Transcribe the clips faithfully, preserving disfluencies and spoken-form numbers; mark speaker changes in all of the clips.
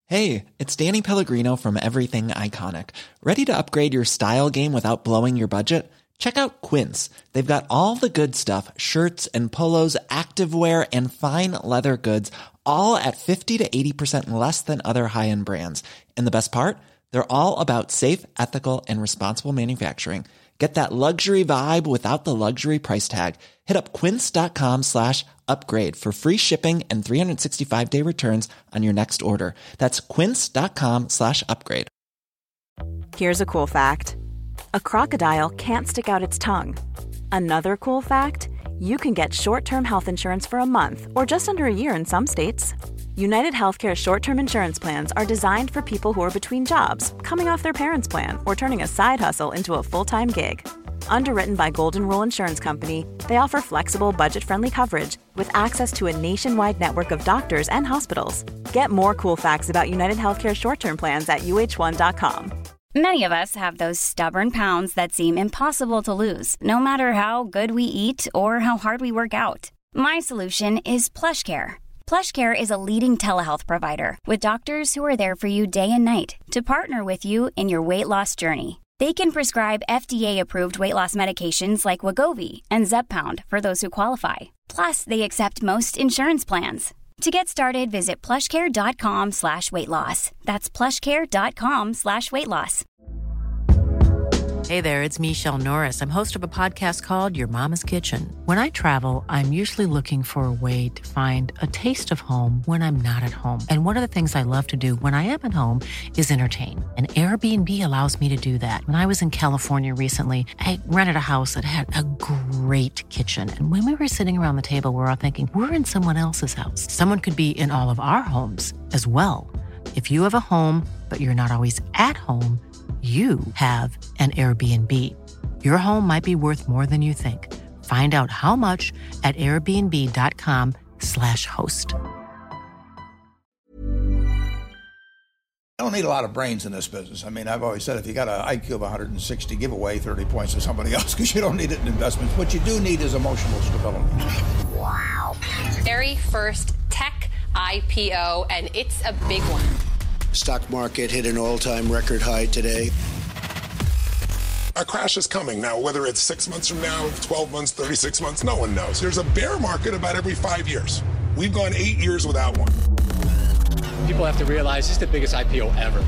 Speaker 1: Hey, it's Danny Pellegrino from Everything Iconic. Ready to upgrade your style game without blowing your budget? Check out Quince. They've got all the good stuff, shirts and polos, activewear, and fine leather goods, all at fifty to eighty percent less than other high-end brands. And the best part? They're all about safe, ethical, and responsible manufacturing. Get that luxury vibe without the luxury price tag. Hit up quince.com slash upgrade for free shipping and three sixty-five day returns on your next order. That's quince.com slash upgrade.
Speaker 2: Here's a cool fact. A crocodile can't stick out its tongue. Another cool fact, you can get short-term health insurance for a month or just under a year in some states. United Healthcare short-term insurance plans are designed for people who are between jobs, coming off their parents' plan, or turning a side hustle into a full-time gig. Underwritten by Golden Rule Insurance Company, they offer flexible, budget-friendly coverage with access to a nationwide network of doctors and hospitals. Get more cool facts about United Healthcare short-term plans at U H one dot com.
Speaker 3: Many of us have those stubborn pounds that seem impossible to lose, no matter how good we eat or how hard we work out. My solution is PlushCare. PlushCare is a leading telehealth provider with doctors who are there for you day and night to partner with you in your weight loss journey. They can prescribe F D A-approved weight loss medications like Wegovy and Zepbound for those who qualify. Plus, they accept most insurance plans. To get started, visit plushcare.com slash weight loss. That's plushcare.com slash weight loss.
Speaker 4: Hey there, it's Michelle Norris. I'm host of a podcast called Your Mama's Kitchen. When I travel, I'm usually looking for a way to find a taste of home when I'm not at home. And one of the things I love to do when I am at home is entertain. And Airbnb allows me to do that. When I was in California recently, I rented a house that had a great kitchen. And when we were sitting around the table, we were all thinking, we're in someone else's house. Someone could be in all of our homes as well. If you have a home, but you're not always at home, you have an Airbnb. Your home might be worth more than you think. Find out how much at airbnb.com slash host.
Speaker 5: I don't need a lot of brains in this business. I mean, I've always said if you got an I Q of one hundred sixty, give away thirty points to somebody else because you don't need it in investments. What you do need is emotional stability.
Speaker 6: Wow. Very first tech I P O, and it's a big one.
Speaker 7: Stock market hit an all-time record high today.
Speaker 8: A crash is coming. Now, whether it's six months from now, twelve months, thirty-six months, no one knows. There's a bear market about every five years. We've gone eight years without one.
Speaker 9: People have to realize this is the biggest I P O ever.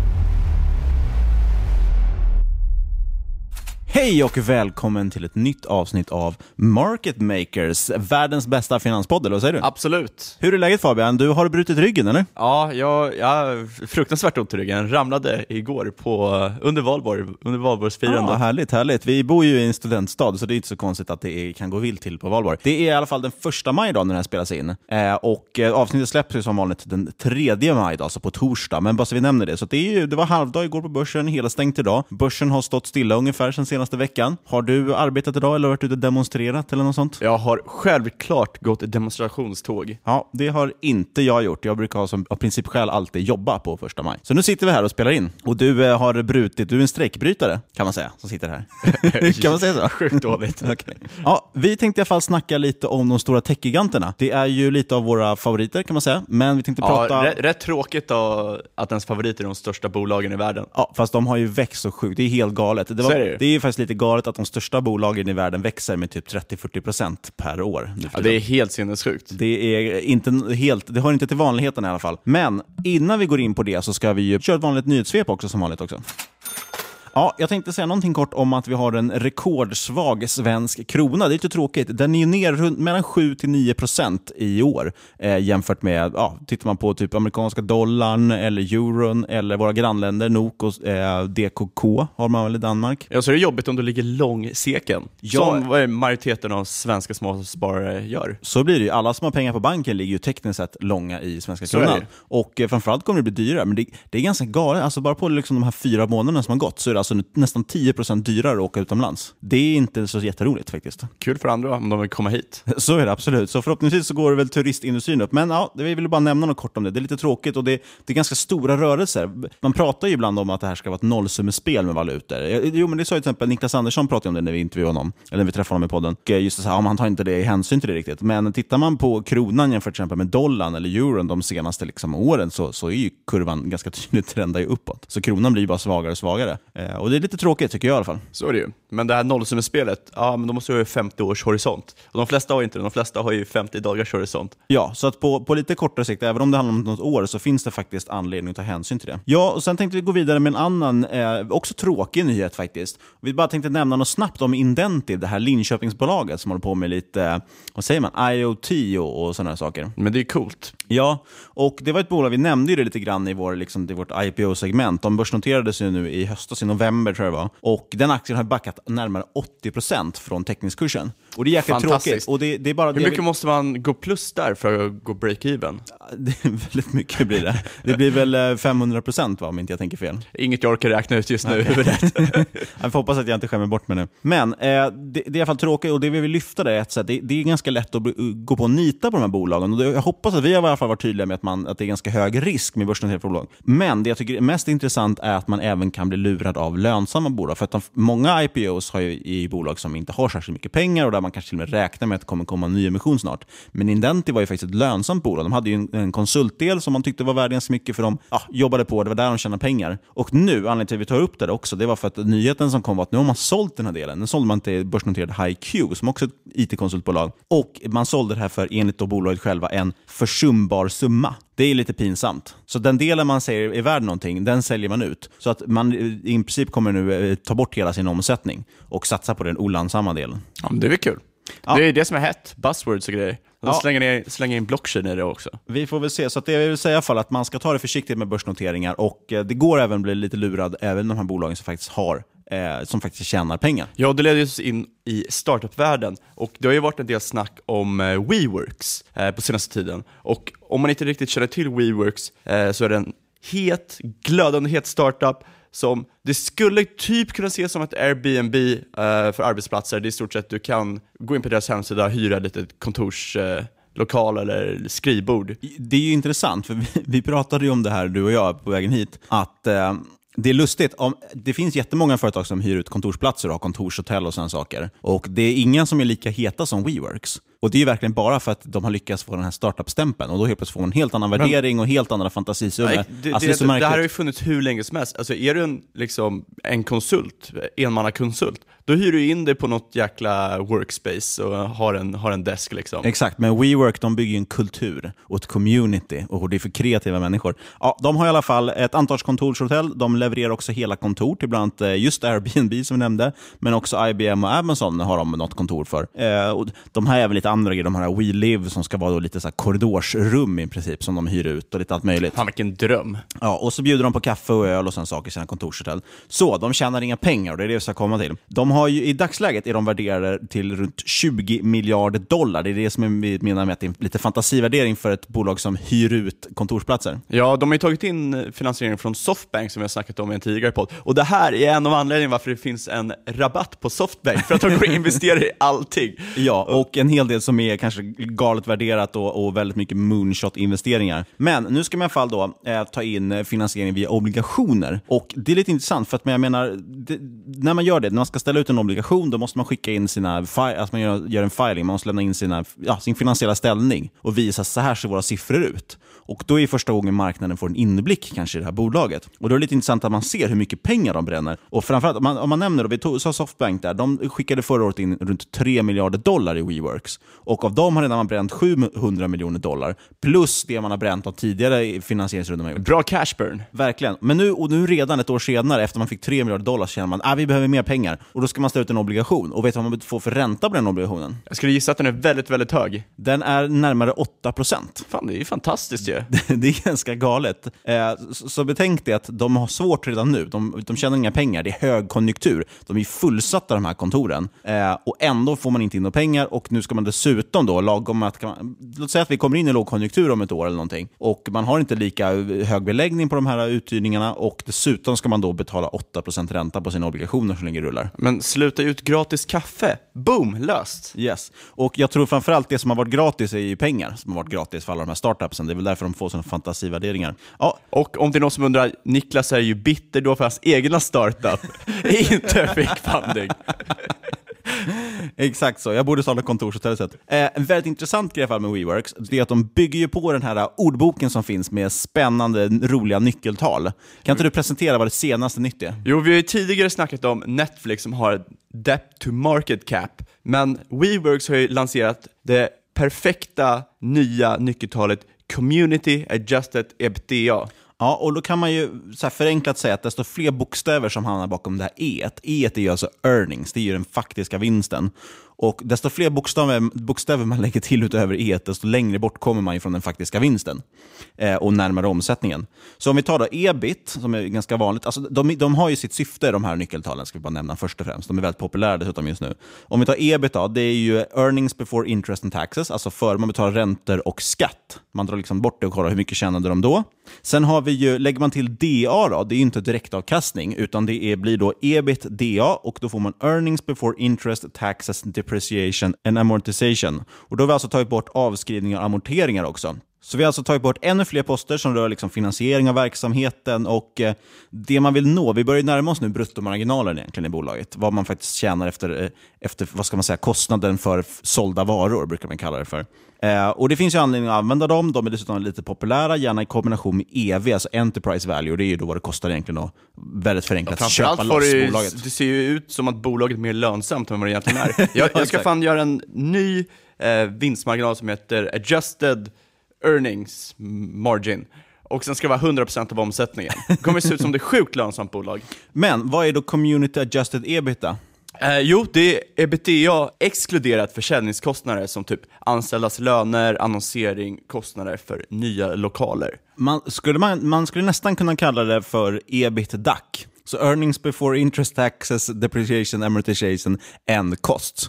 Speaker 10: Hej och välkommen till ett nytt avsnitt av Market Makers, världens bästa finanspodd, eller vad säger du?
Speaker 11: Absolut.
Speaker 10: Hur är läget, Fabian? Du har brutit ryggen, eller?
Speaker 11: Ja, jag, jag fruktansvärt ont i ryggen. Ramlade igår på, under valborg, under valborgsfirande.
Speaker 10: Ja, härligt, härligt. Vi bor ju i en studentstad, så det är inte så konstigt att det kan gå vilt till på valborg. Det är i alla fall den första maj då när den här spelas in. Eh, och eh, avsnittet släpps ju som vanligt den tredje maj då, alltså på torsdag. Men bara så vi nämner det. Så det, är ju, det var halvdag igår på börsen, hela stängt idag. Börsen har stått stilla ungefär sen senaste veckan. Har du arbetat idag eller varit ute och demonstrerat eller något sånt?
Speaker 11: Jag har självklart gått ett demonstrationståg.
Speaker 10: Ja, det har inte jag gjort. Jag brukar ha som av principskäl alltid jobba på första maj. Så nu sitter vi här och spelar in. Och du eh, har brutit, du är en strejkbrytare kan man säga, som sitter här. Kan man säga så?
Speaker 11: Sjukt dåligt.
Speaker 10: Okay. Ja, vi tänkte i alla fall snacka lite om de stora tech-giganterna. Det är ju lite av våra favoriter kan man säga. Men vi tänkte
Speaker 11: ja,
Speaker 10: prata...
Speaker 11: Rätt, rätt tråkigt då, att ens favoriter är de största bolagen i världen.
Speaker 10: Ja, fast de har ju växt så sjukt. Det är helt galet. Det, var,
Speaker 11: så är det.
Speaker 10: det är ju faktiskt lite galet att de största bolagen i världen växer med typ trettio till fyrtio procent per år.
Speaker 11: Ja, det är helt sinnessjukt.
Speaker 10: Det är inte helt, det hör inte till vanligheten i alla fall. Men innan vi går in på det så ska vi ju köra ett vanligt nyhetssvep också som vanligt också. Ja, jag tänkte säga någonting kort om att vi har en rekordsvag svensk krona. Det är lite tråkigt. Den är ju ner runt mellan sju till nio procent i år eh, jämfört med, ja, tittar man på typ amerikanska dollarn eller euron eller våra grannländer, N O K och eh, D K K har man väl i Danmark.
Speaker 11: Ja, så är det jobbigt om du ligger lång seken.
Speaker 10: Ja.
Speaker 11: Som vad majoriteten av svenska småsparare gör.
Speaker 10: Så blir det ju. Alla som har pengar på banken ligger ju tekniskt sett långa i svenska kronan. Och eh, framförallt kommer det bli dyrare. Men det, det är ganska galet. Alltså bara på liksom de här fyra månaderna som har gått så är det alltså nästan tio procent dyrare att åka utomlands. Det är inte så jätteroligt faktiskt.
Speaker 11: Kul för andra om de vill komma hit.
Speaker 10: Så är det absolut. Så förhoppningsvis så går det väl turistindustrin upp. Men ja, vi vill bara nämna något kort om det. Det är lite tråkigt och det, det är ganska stora rörelser. Man pratar ju ibland om att det här ska vara ett nollsummespel med valutor. Jo, men det sa ju till exempel Niklas Andersson pratade om det när vi intervjuade honom. Eller när vi träffade honom i podden. Och just det så här, ja, man tar inte det i hänsyn till det riktigt. Men tittar man på kronan jämfört till exempel med dollarn eller euron de senaste liksom, åren så, så är ju kurvan ganska tydligt trendar ju uppåt. Så kronan blir bara svagare och svagare. Eh, och det är lite tråkigt tycker jag i alla fall.
Speaker 11: Så är det ju. Men det här nollsummespelet, ja men de måste ju ha femtio års horisont. Och de flesta har ju inte det. De flesta har ju femtio dagars horisont.
Speaker 10: Ja, så att på, på lite kortare sikt, även om det handlar om något år, så finns det faktiskt anledning att ta hänsyn till det. Ja, och sen tänkte vi gå vidare med en annan, eh, också tråkig nyhet faktiskt. Vi bara tänkte nämna något snabbt om Indentiv, det här Linköpingsbolaget som håller på med lite, eh, vad säger man, I O T och, och sådana här saker.
Speaker 11: Men det är coolt.
Speaker 10: Ja, och det var ett bolag, vi nämnde ju det lite grann i, vår, liksom, i vårt I P O-segment. De börsnoterades ju nu i höstas, i november tror jag det var. Och den aktien har backat närmare åttio procent från teckningskursen. Och det är jäkligt tråkigt. Och det, det är bara
Speaker 11: Hur
Speaker 10: det
Speaker 11: mycket
Speaker 10: vi...
Speaker 11: måste man gå plus där för att gå break-even?
Speaker 10: Det är väldigt mycket blir det. Det blir väl femhundra procent va, om inte jag tänker fel.
Speaker 11: Inget jag orkar räkna ut just nu.
Speaker 10: Okay. Jag får hoppas att jag inte skämmer bort mig nu. Men eh, det, det är i alla fall tråkigt och det vi vill lyfta det är att det, det är ganska lätt att gå på och nita på de här bolagen. Och det, jag hoppas att vi har i alla fall varit tydliga med att, man, att det är ganska hög risk med börsnoterade bolag. Men det jag tycker är mest intressant är att man även kan bli lurad av lönsamma bolag. För att de, många I P Os har ju i bolag som inte har särskilt mycket pengar och där man kanske till och med räknar med att det kommer komma en ny emission snart. Men Indentiv var ju faktiskt ett lönsamt bolag. De hade ju en, en konsultdel som man tyckte var värd ganska mycket för de ja, jobbade på. Det var där de tjänade pengar. Och nu, anledningen till att vi tar upp det också, det var för att nyheten som kom var att nu har man sålt den här delen. Den sålde man till börsnoterad H I Q som också är ett I T-konsultbolag. Och man sålde det här för, enligt då bolaget själva, en försumbar summa. Det är lite pinsamt. Så den delen man säger är värd någonting, den säljer man ut. Så att man i princip kommer nu ta bort hela sin omsättning och satsa på den olönsamma delen.
Speaker 11: Ja, men det är väl kul. Ja. Det är det som är hett, buzzwords och grejer. De ja. slänger, ner, slänger in blockchain i det också.
Speaker 10: Vi får väl se. Så att det vill säga i alla fall att man ska ta det försiktigt med börsnoteringar. Och det går även att bli lite lurad även de här bolagen som faktiskt har eh, som faktiskt tjänar pengar.
Speaker 11: Ja, det leder oss in i startup-världen. Och det har ju varit en del snack om eh, WeWorks eh, på senaste tiden. Och om man inte riktigt känner till WeWorks eh, så är det en het, glödande het startup som det skulle typ kunna ses som ett Airbnb uh, för arbetsplatser. Det är i stort sett du kan gå in på deras hemsida och hyra lite kontorslokal uh, eller skrivbord.
Speaker 10: Det är ju intressant för vi, vi pratade ju om det här du och jag på vägen hit att uh, det är lustigt. Om, det finns jättemånga företag som hyr ut kontorsplatser och har kontorshotell och sådana saker. Och det är ingen som är lika heta som WeWorks. Och det är ju verkligen bara för att de har lyckats få den här startup-stämpeln. Och då helt plötsligt får man en helt annan värdering och helt andra fantasisummor.
Speaker 11: Det,
Speaker 10: alltså,
Speaker 11: det,
Speaker 10: det,
Speaker 11: det, det här har ju funnits hur länge som helst. Alltså är du en, liksom, en konsult, enmannakonsult, då hyr du in dig på något jäkla workspace och har en, har en desk liksom.
Speaker 10: Exakt, men WeWork de bygger ju en kultur och ett community och det är för kreativa människor. Ja, de har i alla fall ett antal kontorshotell. De levererar också hela kontor till bland annat just Airbnb som vi nämnde. Men också I B M och Amazon har de något kontor för. Eh, och de här är väl lite andra grejer. De här We Live som ska vara då lite så här korridorsrum i princip som de hyr ut och lite allt möjligt.
Speaker 11: Fan, vilken dröm.
Speaker 10: Ja, och så bjuder de på kaffe och öl och sån saker i sina kontorshotell. Så, de tjänar inga pengar och det är det vi ska komma till. De har ju, i dagsläget är de värderade till runt tjugo miljarder dollar. Det är det som vi menar med att det är lite fantasivärdering för ett bolag som hyr ut kontorsplatser.
Speaker 11: Ja, de har ju tagit in finansiering från Softbank som vi har snackat om i en tidigare podd. Och det här är en av anledningarna varför det finns en rabatt på Softbank. För att de går investerar i allting.
Speaker 10: Ja, och en hel del som är kanske galet värderat och, och väldigt mycket moonshot-investeringar. Men nu ska man i alla fall då eh, ta in finansiering via obligationer. Och det är lite intressant för att men jag menar, det, när man gör det, när man ska ställa ut en obligation, då måste man skicka in sina, fi- alltså man gör, gör en filing, man måste lämna in sina, ja, sin finansiella ställning och visa så här ser våra siffror ut. Och då är första gången marknaden får en inblick kanske i det här bolaget. Och då är det lite intressant att man ser hur mycket pengar de bränner. Och framförallt, om man, om man nämner då, vi tog, sa Softbank där, de skickade förra året in runt tre miljarder dollar i WeWorks. Och av dem har redan man bränt sjuhundra miljoner dollar. Plus det man har bränt av tidigare finansieringsrundor.
Speaker 11: Bra cash burn.
Speaker 10: Verkligen. Men nu, och nu redan ett år senare, efter man fick tre miljarder dollar, så känner man att ah, vi behöver mer pengar. Och då ska man ställa ut en obligation. Och vet vad man får för ränta på den obligationen?
Speaker 11: Jag skulle gissa att den är väldigt, väldigt hög.
Speaker 10: Den är närmare åtta procent.
Speaker 11: Fan, det är ju fantastiskt ju.
Speaker 10: Det är ganska galet. Eh, så, så betänk det att de har svårt redan nu. De, de tjänar inga pengar. Det är högkonjunktur. De är fullsatta de här kontoren. Eh, och ändå får man inte in några pengar. Och nu ska man dessutom då, lagom att, låt säga att vi kommer in i lågkonjunktur om ett år eller någonting, och man har inte lika hög beläggning på de här uthyrningarna, och dessutom ska man då betala åtta procent ränta på sina obligationer så länge det rullar.
Speaker 11: Men sluta ut gratis kaffe. Boom, löst.
Speaker 10: Yes. Och jag tror framförallt det som har varit gratis är ju pengar som har varit gratis för alla de här startupsen. Det är väl därför de får sådana fantasivärderingar. Ja.
Speaker 11: Och om det är någon som undrar, Niklas är ju bitter då för hans egna startup. Inte fick funding.
Speaker 10: Exakt så, jag borde starta kontorshotell. Eh, en väldigt intressant grej med WeWorks det är att de bygger ju på den här ordboken som finns med spännande, roliga nyckeltal. Kan inte du presentera vad det senaste nytt är?
Speaker 11: Jo, vi har ju tidigare snackat om Netflix som har debt to market cap, men WeWorks har ju lanserat det perfekta nya nyckeltalet Community Adjusted EBITDA.
Speaker 10: Ja, och då kan man ju så här förenklat säga att desto fler bokstäver som hamnar bakom det här E. E är ju alltså earnings, det är ju den faktiska vinsten. Och desto fler bokstäver, bokstäver man lägger till utöver E, desto längre bort kommer man ju från den faktiska vinsten eh, och närmare omsättningen. Så om vi tar då E B I T, som är ganska vanligt, alltså de, de har ju sitt syfte, de här nyckeltalen, ska vi bara nämna först och främst. De är väldigt populära dessutom just nu. Om vi tar E B I T då, det är ju earnings before interest and taxes, alltså för man betalar räntor och skatt. Man drar liksom bort det och kollar hur mycket tjänade de då. Sen har vi ju, lägger man till D A då, det är ju inte direktavkastning, utan det är, blir då E B I T D A, och då får man earnings before interest, taxes, depreciation and amortization. Och då har vi alltså tagit bort avskrivningar och amorteringar också. Så vi har alltså tagit bort ännu fler poster som rör liksom finansiering av verksamheten och eh, det man vill nå. Vi börjar närma oss nu bruttomarginalen egentligen i bolaget. Vad man faktiskt tjänar efter, eh, efter vad ska man säga, kostnaden för sålda varor brukar man kalla det för. Eh, och det finns ju anledning att använda dem. De är dessutom lite populära, gärna i kombination med E V, alltså Enterprise Value. Och det är ju då vad det kostar egentligen att väldigt förenklat
Speaker 11: ja,
Speaker 10: köpa loss
Speaker 11: det,
Speaker 10: bolaget.
Speaker 11: Det ser ju ut som att bolaget är mer lönsamt än vad det egentligen är. Jag, jag ska fan göra en ny eh, vinstmarginal som heter Adjusted Earnings Margin. Och sen ska det vara hundra procent av omsättningen. Det kommer se ut som det är sjukt lönsamt bolag.
Speaker 10: Men vad är då Community Adjusted EBITDA?
Speaker 11: Eh, jo, det är EBITDA exkluderat försäljningskostnader som typ anställdas löner, annonsering, kostnader för nya lokaler.
Speaker 10: Man skulle, man, man skulle nästan kunna kalla det för EBITDA. Så earnings before interest, taxes, depreciation, amortization and costs.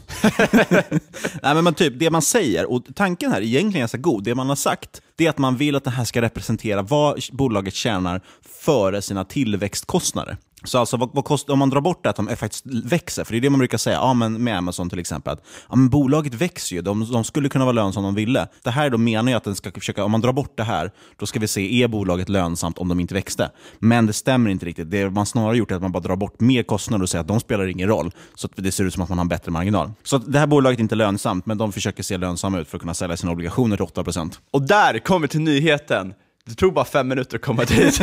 Speaker 10: Nej, men man, typ, det man säger, och tanken här är egentligen ganska god. Det man har sagt, det är att man vill att det här ska representera vad bolaget tjänar före sina tillväxtkostnader. Så alltså vad, vad kostar, om man drar bort det att de faktiskt växer, för det är det man brukar säga, ja, men med Amazon till exempel, att ja, men bolaget växer ju, de, de skulle kunna vara lönsamma om de ville. Det här då menar jag att den ska försöka, om man drar bort det här, då ska vi se, är bolaget lönsamt om de inte växte? Men det stämmer inte riktigt. Det man snarare gjort är att man bara drar bort mer kostnader och säger att de spelar ingen roll, så att det ser ut som att man har en bättre marginal. Så att det här bolaget är inte lönsamt, men de försöker se lönsamma ut för att kunna sälja sina obligationer till åtta procent.
Speaker 11: Och där kommer till nyheten. Det tog bara fem minuter att komma dit.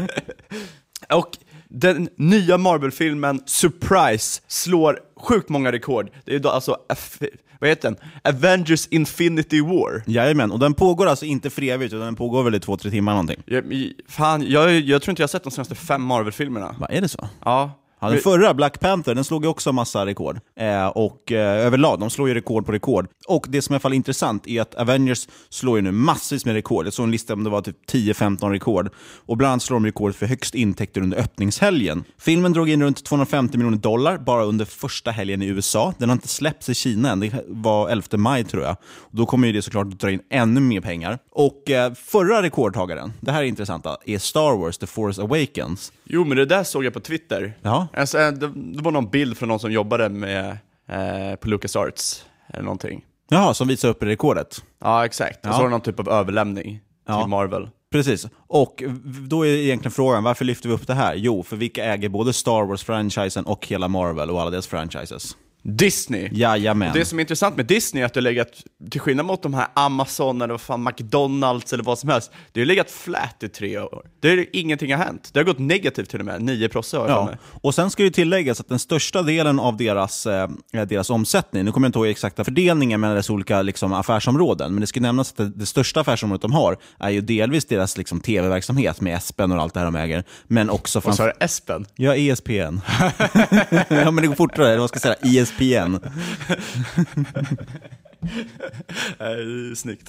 Speaker 11: Och den nya Marvel-filmen Surprise slår sjukt många rekord. Det är då alltså, vad heter den? Avengers Infinity War.
Speaker 10: Jajamän, och den pågår alltså inte för evigt, utan den pågår väl i två, tre timmar någonting.
Speaker 11: Jag, fan, jag, jag tror inte jag har sett de senaste fem Marvel-filmerna.
Speaker 10: Vad är det så?
Speaker 11: Ja.
Speaker 10: Ja, den förra, Black Panther, den slog ju också massa rekord. Eh, och eh, överlag, de slår ju rekord på rekord. Och det som i alla fall är intressant är att Avengers slår ju nu massvis med rekord. Jag såg en lista om det var typ tio femton rekord. Och bland annat slår de rekord för högst intäkter under öppningshelgen. Filmen drog in runt tvåhundrafemtio miljoner dollar bara under första helgen i U S A. Den har inte släppts i Kina än, det var elfte maj tror jag. Och då kommer ju det såklart att dra in ännu mer pengar. Och eh, förra rekordtagaren, det här är intressant, är Star Wars The Force Awakens.
Speaker 11: Jo, men det där såg jag på Twitter.
Speaker 10: Ja.
Speaker 11: Alltså, det, det var någon bild från någon som jobbade med eh, på LucasArts eller någonting.
Speaker 10: Jaha, som visar upp rekordet.
Speaker 11: Ja, exakt. Ja. Och så var det någon typ av överlämning
Speaker 10: ja.
Speaker 11: till Marvel.
Speaker 10: Precis. Och då är egentligen frågan, varför lyfter vi upp det här? Jo, för vilka äger både Star Wars-franchisen och hela Marvel och alla deras franchises?
Speaker 11: Disney.
Speaker 10: Jajamän.
Speaker 11: Det som är intressant med Disney är att det har legat, till skillnad mot de här Amazon eller vad fan, McDonalds eller vad som helst, det har legat flat i tre år. Det är ingenting har hänt. Det har gått negativt till och med, nio procent.
Speaker 10: Ja. Och sen ska det tilläggas att den största delen av deras, eh, deras omsättning, nu kommer jag inte ihåg exakta fördelningen mellan deras olika liksom, affärsområden, men det ska nämnas att det, det största affärsområdet de har är ju delvis deras liksom, tv-verksamhet med Espen och allt det här de äger, men också...
Speaker 11: Vad sa du, Espen?
Speaker 10: Ja, E S P N. Ja, men det går fortare, vad ska jag säga, E S P N.
Speaker 11: eh, Snyggt.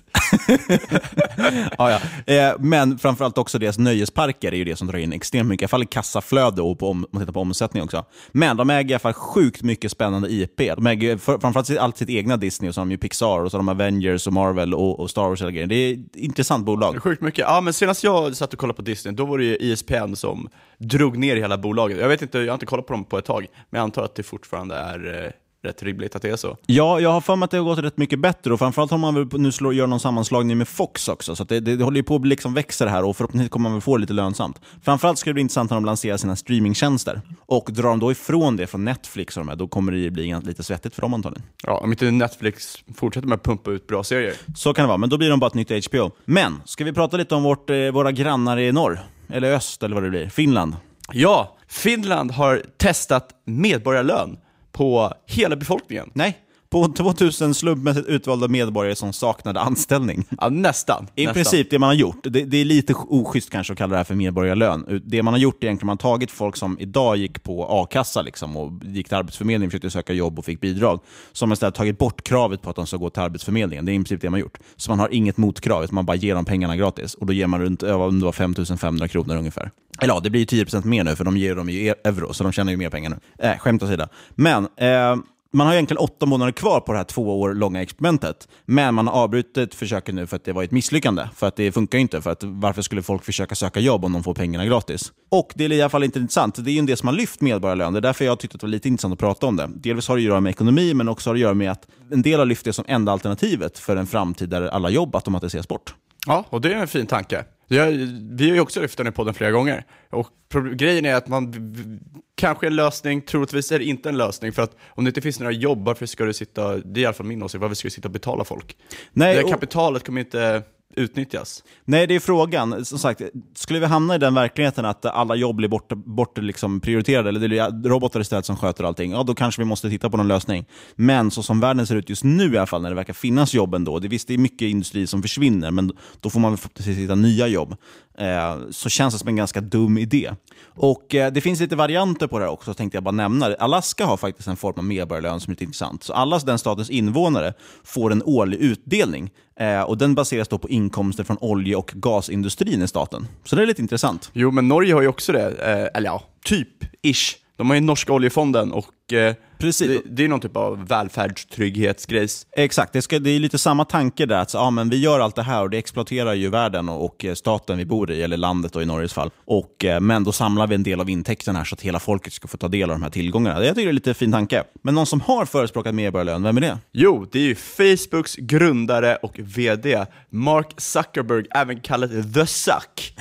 Speaker 10: ja, ja. Eh, men framförallt också deras nöjesparker är ju det som drar in extremt mycket. I alla fall kassaflöde och på, om man tittar på omsättning också. Men de äger i alla fall sjukt mycket spännande I P. De äger för, framförallt allt sitt egna Disney och så har de ju Pixar och så har de Avengers och Marvel och, och Star Wars och grejer. Det är ett intressant bolag.
Speaker 11: Det är sjukt mycket. Ja, men senast jag satt och kollade på Disney, då var det ju E S P N som drog ner hela bolaget. Jag vet inte, jag har inte kollat på dem på ett tag, men jag antar att det fortfarande är eh, rätt rimligt att det är så.
Speaker 10: Ja, jag har för mig att det har gått rätt mycket bättre och framförallt har man väl nu slår, gör någon sammanslagning med Fox också, så att det, det, det håller ju på att liksom växa det här och förhoppningsvis kommer man väl få lite lönsamt. Framförallt ska det bli intressant när de lanserar sina streamingtjänster och drar de då ifrån det från Netflix och de här, då kommer det bli lite svettigt för dem antagligen.
Speaker 11: Ja, om inte Netflix fortsätter med att pumpa ut bra serier.
Speaker 10: Så kan det vara, men då blir de bara ett nytt H B O. Men, ska vi prata lite om vårt, eh, våra grannar i norr? Eller öst, eller vad det blir. Finland.
Speaker 11: Ja, Finland har testat medborgarlön på hela befolkningen.
Speaker 10: Nej, på tvåtusen slumpmässigt utvalda medborgare som saknade anställning.
Speaker 11: Ja, nästan.
Speaker 10: I
Speaker 11: nästan.
Speaker 10: princip det man har gjort. Det, det är lite oschysst kanske att kalla det här för medborgarlön. Det man har gjort är egentligen man har tagit folk som idag gick på A-kassa liksom, och gick till Arbetsförmedlingen, försökte söka jobb och fick bidrag. Som istället tagit bort kravet på att de ska gå till Arbetsförmedlingen. Det är i princip det man har gjort. Så man har inget motkrav, utan man bara ger dem pengarna gratis. Och då ger man runt om det var femtusen femhundra kronor ungefär. Eller ja, det blir ju tio procent mer nu för de ger dem ju euro, så de tjänar ju mer pengar nu. Äh, skämt åsida. Men... Eh, Man har egentligen åtta månader kvar på det här två år långa experimentet. Men man har avbrutit försöket nu för att det var ett misslyckande. För att det funkar inte. För att varför skulle folk försöka söka jobb om de får pengarna gratis? Och det är i alla fall inte intressant. Det är ju en del som har lyft medborgarlön. Det är därför jag tyckte att det var lite intressant att prata om det. Delvis har det att göra med ekonomi, men också har det att göra med att en del har lyft det som enda alternativet för en framtid där alla jobb automatiseras bort.
Speaker 11: Ja, och det är en fin tanke. Jag, vi har ju också lyft den i podden flera gånger. Och pro- grejen är att man v- kanske en lösning, troligtvis är det inte en lösning. För att om det inte finns några jobb, varför ska du sitta, det är i alla fall min åsikt, varför ska du sitta och betala folk? Nej, det och... kapitalet kommer inte utnyttjas.
Speaker 10: Nej, det är frågan. Som sagt, skulle vi hamna i den verkligheten att alla jobb blir bort, bort liksom prioriterade, eller det är robotar istället som sköter allting, ja då kanske vi måste titta på någon lösning. Men så som världen ser ut just nu i alla fall, när det verkar finnas jobb ändå, det visst det är mycket industri som försvinner, men då får man väl förhoppningsvis hitta nya jobb. Eh, så känns det som en ganska dum idé. Och eh, det finns lite varianter på det här också, tänkte jag bara nämna. Alaska har faktiskt en form av medborgarlön som är lite intressant. Så alla den statens invånare får en årlig utdelning. Eh, och den baseras då på inkomster från olje- och gasindustrin i staten. Så det är lite intressant.
Speaker 11: Jo, men Norge har ju också det. Eh, eller ja, typ, ish. De har ju norska oljefonden och eh,
Speaker 10: Precis.
Speaker 11: Det, det är någon typ av välfärdstrygghetsgrejs.
Speaker 10: Exakt, det, ska, det är lite samma tanke där. Att så, ja, men vi gör allt det här och det exploaterar ju världen och, och staten vi bor i, eller landet då, i Norges fall. Och, eh, men då samlar vi en del av intäkten här så att hela folket ska få ta del av de här tillgångarna. Jag tycker det är lite fin tanke. Men någon som har förespråkat medborgarlön, vem är det?
Speaker 11: Jo, det är ju Facebooks grundare och vd Mark Zuckerberg, även kallat The Zuck.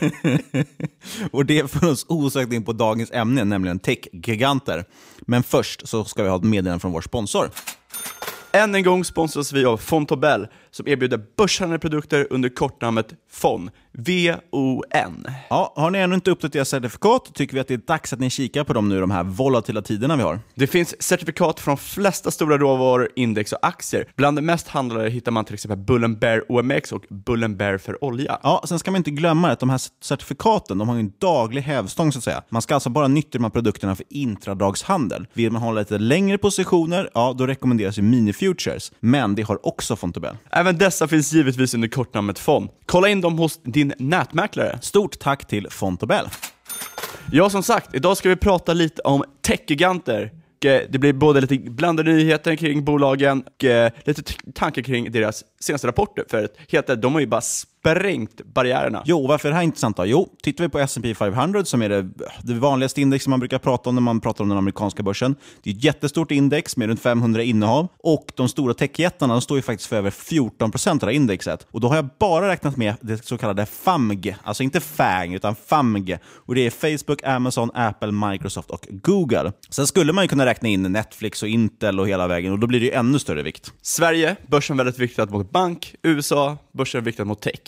Speaker 10: Och det för oss osökt in på dagens ämne, nämligen tech-giganter. Men först så ska vi ha ett meddelande från vår sponsor.
Speaker 11: Än en gång sponsras vi av Fontobel som erbjuder börshandlade produkter under kortnamnet F O N. V O N.
Speaker 10: Ja, har ni ännu inte uppdaterat certifikat tycker vi att det är dags att ni kikar på dem nu de här volatila tiderna vi har.
Speaker 11: Det finns certifikat från de flesta stora råvaror, index och aktier. Bland de mest handlade hittar man till exempel Bull Bear O M X och Bull Bear för olja.
Speaker 10: Ja, sen ska man inte glömma att de här certifikaten, de har ju en daglig hävstång så att säga. Man ska alltså bara nyttja de här produkterna för intradagshandel. Vill man hålla lite längre positioner, ja då rekommenderas ju mini-futures. Men det har också Fontobel.
Speaker 11: Även dessa finns givetvis under kortnamnet F O N. Kolla in dem hos din nätmäklare.
Speaker 10: Stort tack till Fontobel.
Speaker 11: Ja, som sagt, idag ska vi prata lite om tech-giganter. Det blir både lite blandade nyheter kring bolagen och lite t- tankar kring deras senaste rapporter. För att helt, de har ju bara sprängt barriärerna.
Speaker 10: Jo, varför är det här intressant då? Jo, tittar vi på S and P femhundra som är det, det vanligaste index som man brukar prata om när man pratar om den amerikanska börsen. Det är ett jättestort index med runt femhundra innehav. Och de stora techjättarna, de står ju faktiskt för över fjorton procent av det indexet. Och då har jag bara räknat med det så kallade F A M G. Alltså inte F A N G utan F A M G. Och det är Facebook, Amazon, Apple, Microsoft och Google. Sen skulle man ju kunna räkna in Netflix och Intel och hela vägen. Och då blir det ju ännu större vikt.
Speaker 11: Sverige, börsen väldigt viktigt mot bank. U S A, börsen viktigt mot tech.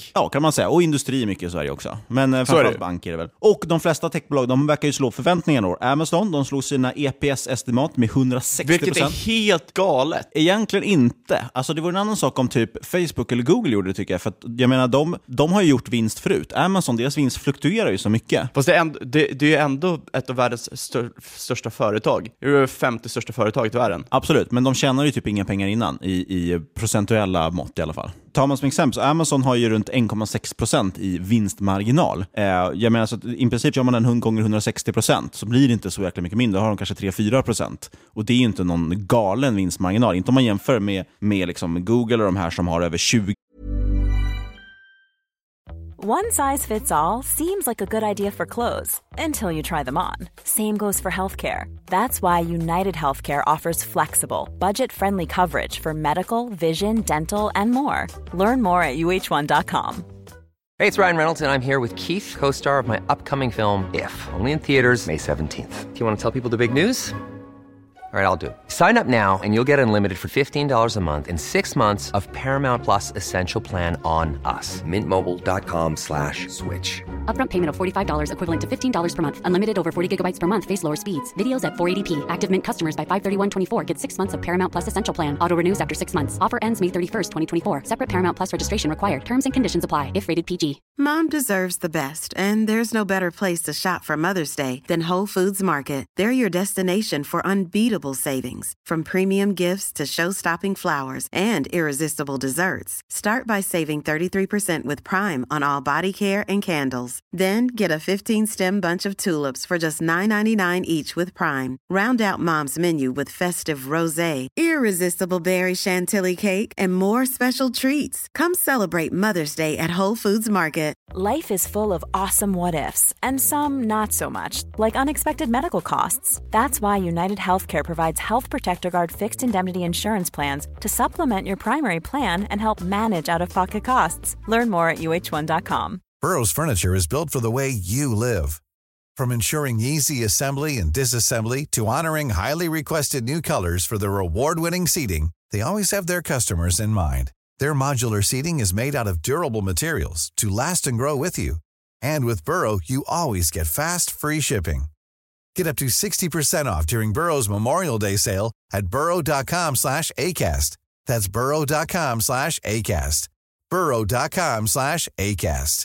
Speaker 10: Ja, kan man säga. Och industri mycket i Sverige också. Men eh, framförallt bank är det väl. Och de flesta techbolag, de verkar ju slå förväntningarna år. Amazon, de slog sina E P S-estimat med hundrasextio procent.
Speaker 11: Vilket är helt galet.
Speaker 10: Egentligen inte. Alltså det var en annan sak om typ Facebook eller Google gjorde det, tycker jag. För att jag menar, de, de har ju gjort vinst förut. Amazon, deras vinst fluktuerar ju så mycket.
Speaker 11: Fast det är ändå, det, det är ändå ett av världens stör, största företag. Det är det femte största företaget i världen.
Speaker 10: Absolut, men de tjänar ju typ inga pengar innan i, i procentuella mått i alla fall. Tar man som exempel så Amazon har ju runt en komma sex procent i vinstmarginal. Eh, jag menar så att i princip gör man den gånger hundrasextio procent så blir det inte så jäkla mycket mindre. Då har de kanske tre till fyra procent. Och det är ju inte någon galen vinstmarginal. Inte om man jämför med, med liksom Google och de här som har över tjugo.
Speaker 2: One size fits all seems like a good idea for clothes until you try them on. Same goes for healthcare. That's why United Healthcare offers flexible, budget-friendly coverage for medical, vision, dental, and more. Learn more at U H one dot com.
Speaker 12: Hey, it's Ryan Reynolds, and I'm here with Keith, co-star of my upcoming film, If, only in theaters May seventeenth. Do you want to tell people the big news? All right, I'll do it. Sign up now and you'll get unlimited for fifteen dollars a month and six months of Paramount Plus Essential Plan on us. Mint Mobile dot com slash switch.
Speaker 13: Upfront payment of forty-five dollars equivalent to fifteen dollars per month. Unlimited over forty gigabytes per month. Face lower speeds. Videos at four eighty p. Active Mint customers by five thirty-one twenty-four get six months of Paramount Plus Essential Plan. Auto renews after six months. Offer ends May thirty-first, twenty twenty-four. Separate Paramount Plus registration required. Terms and conditions apply if rated P G.
Speaker 14: Mom deserves the best, and there's no better place to shop for Mother's Day than Whole Foods Market. They're your destination for unbeatable savings. From premium gifts to show-stopping flowers and irresistible desserts. Start by saving thirty-three percent with Prime on all body care and candles. Then get a fifteen-stem bunch of tulips for just nine ninety-nine each with Prime. Round out Mom's menu with festive rosé, irresistible berry chantilly cake, and more special treats. Come celebrate Mother's Day at Whole Foods Market.
Speaker 2: Life is full of awesome what-ifs, and some not so much, like unexpected medical costs. That's why United Healthcare provides Health Protector Guard fixed indemnity insurance plans to supplement your primary plan and help manage out-of-pocket costs. Learn more at U H one dot com.
Speaker 15: Burrow's furniture is built for the way you live. From ensuring easy assembly and disassembly to honoring highly requested new colors for their award-winning seating, they always have their customers in mind. Their modular seating is made out of durable materials to last and grow with you. And with Burrow, you always get fast, free shipping. Get up to sixty percent off during Burrow's Memorial Day sale at burrow dot com slash ACAST. That's burrow dot com slash ACAST. burrow dot com slash ACAST.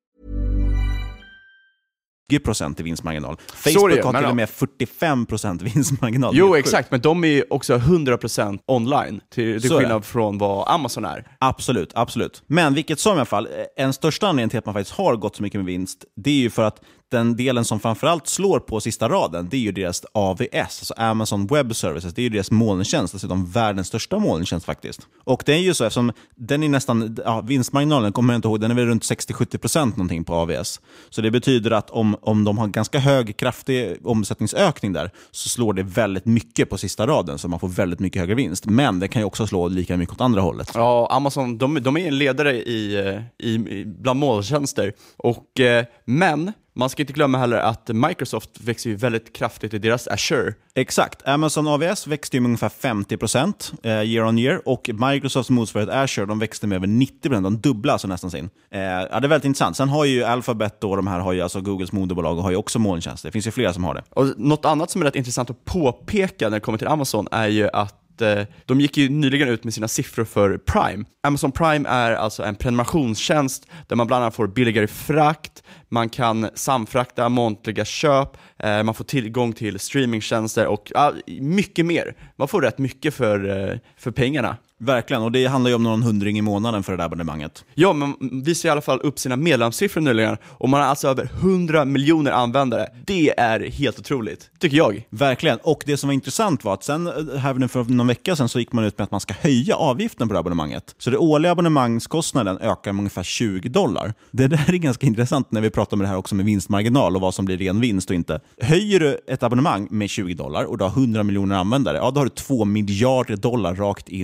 Speaker 10: tjugo procent i vinstmarginal. Facebook
Speaker 11: Sorry,
Speaker 10: har till och med fyrtiofem procent vinstmarginal.
Speaker 11: Jo, exakt, men de är också hundra procent online till, till skillnad
Speaker 10: är.
Speaker 11: från vad Amazon är.
Speaker 10: Absolut, absolut. Men vilket som i alla fall, en största anledning till att man faktiskt har gått så mycket med vinst, det är ju för att den delen som framförallt slår på sista raden, det är ju deras A V S, alltså Amazon Web Services. Det är ju deras molntjänst, alltså de världens största molntjänst faktiskt. Och det är ju så, eftersom den är nästan, ja, vinstmarginalen kommer jag inte ihåg, den är väl runt sextio till sjuttio procent någonting på A V S. Så det betyder att om, om de har ganska hög, kraftig omsättningsökning där, så slår det väldigt mycket på sista raden, så man får väldigt mycket högre vinst. Men det kan ju också slå lika mycket åt andra hållet.
Speaker 11: Ja, Amazon, de, de är en ledare i, i, bland molntjänster. Och, eh, men man ska inte glömma heller att Microsoft växer ju väldigt kraftigt i deras Azure.
Speaker 10: Exakt. Amazon A V S växte ju med ungefär femtio procent eh, year on year, och Microsofts motsvarighet Azure, de växte med över nittio procent. De dubblar alltså nästan sin. Eh, ja, det är väldigt intressant. Sen har ju Alphabet och de här har ju, alltså Googles moderbolag, och har ju också molntjänster. Det finns ju flera som har det.
Speaker 11: Och något annat som är rätt intressant att påpeka när det kommer till Amazon är ju att de gick ju nyligen ut med sina siffror för Prime. Amazon Prime är alltså en prenumerationstjänst där man bland annat får billigare frakt, man kan samfrakta månatliga köp, eh, man får tillgång till streamingtjänster och ja, mycket mer. Man får rätt mycket för, eh, för pengarna.
Speaker 10: Verkligen, och det handlar ju om någon hundring i månaden för det där abonnemanget.
Speaker 11: Ja, men visar i alla fall upp sina medlemssiffror nyligen, och man har alltså över hundra miljoner användare. Det är helt otroligt, tycker jag.
Speaker 10: Verkligen, och det som var intressant var att sen, här för någon vecka sedan, så gick man ut med att man ska höja avgiften på det abonnemanget. Så det årliga abonnemangskostnaden ökar med ungefär tjugo dollar. Det där är ganska intressant när vi pratar om det här också med vinstmarginal och vad som blir ren vinst och inte. Höjer du ett abonnemang med tjugo dollar och du har hundra miljoner användare, ja, då har du två miljarder dollar rakt in i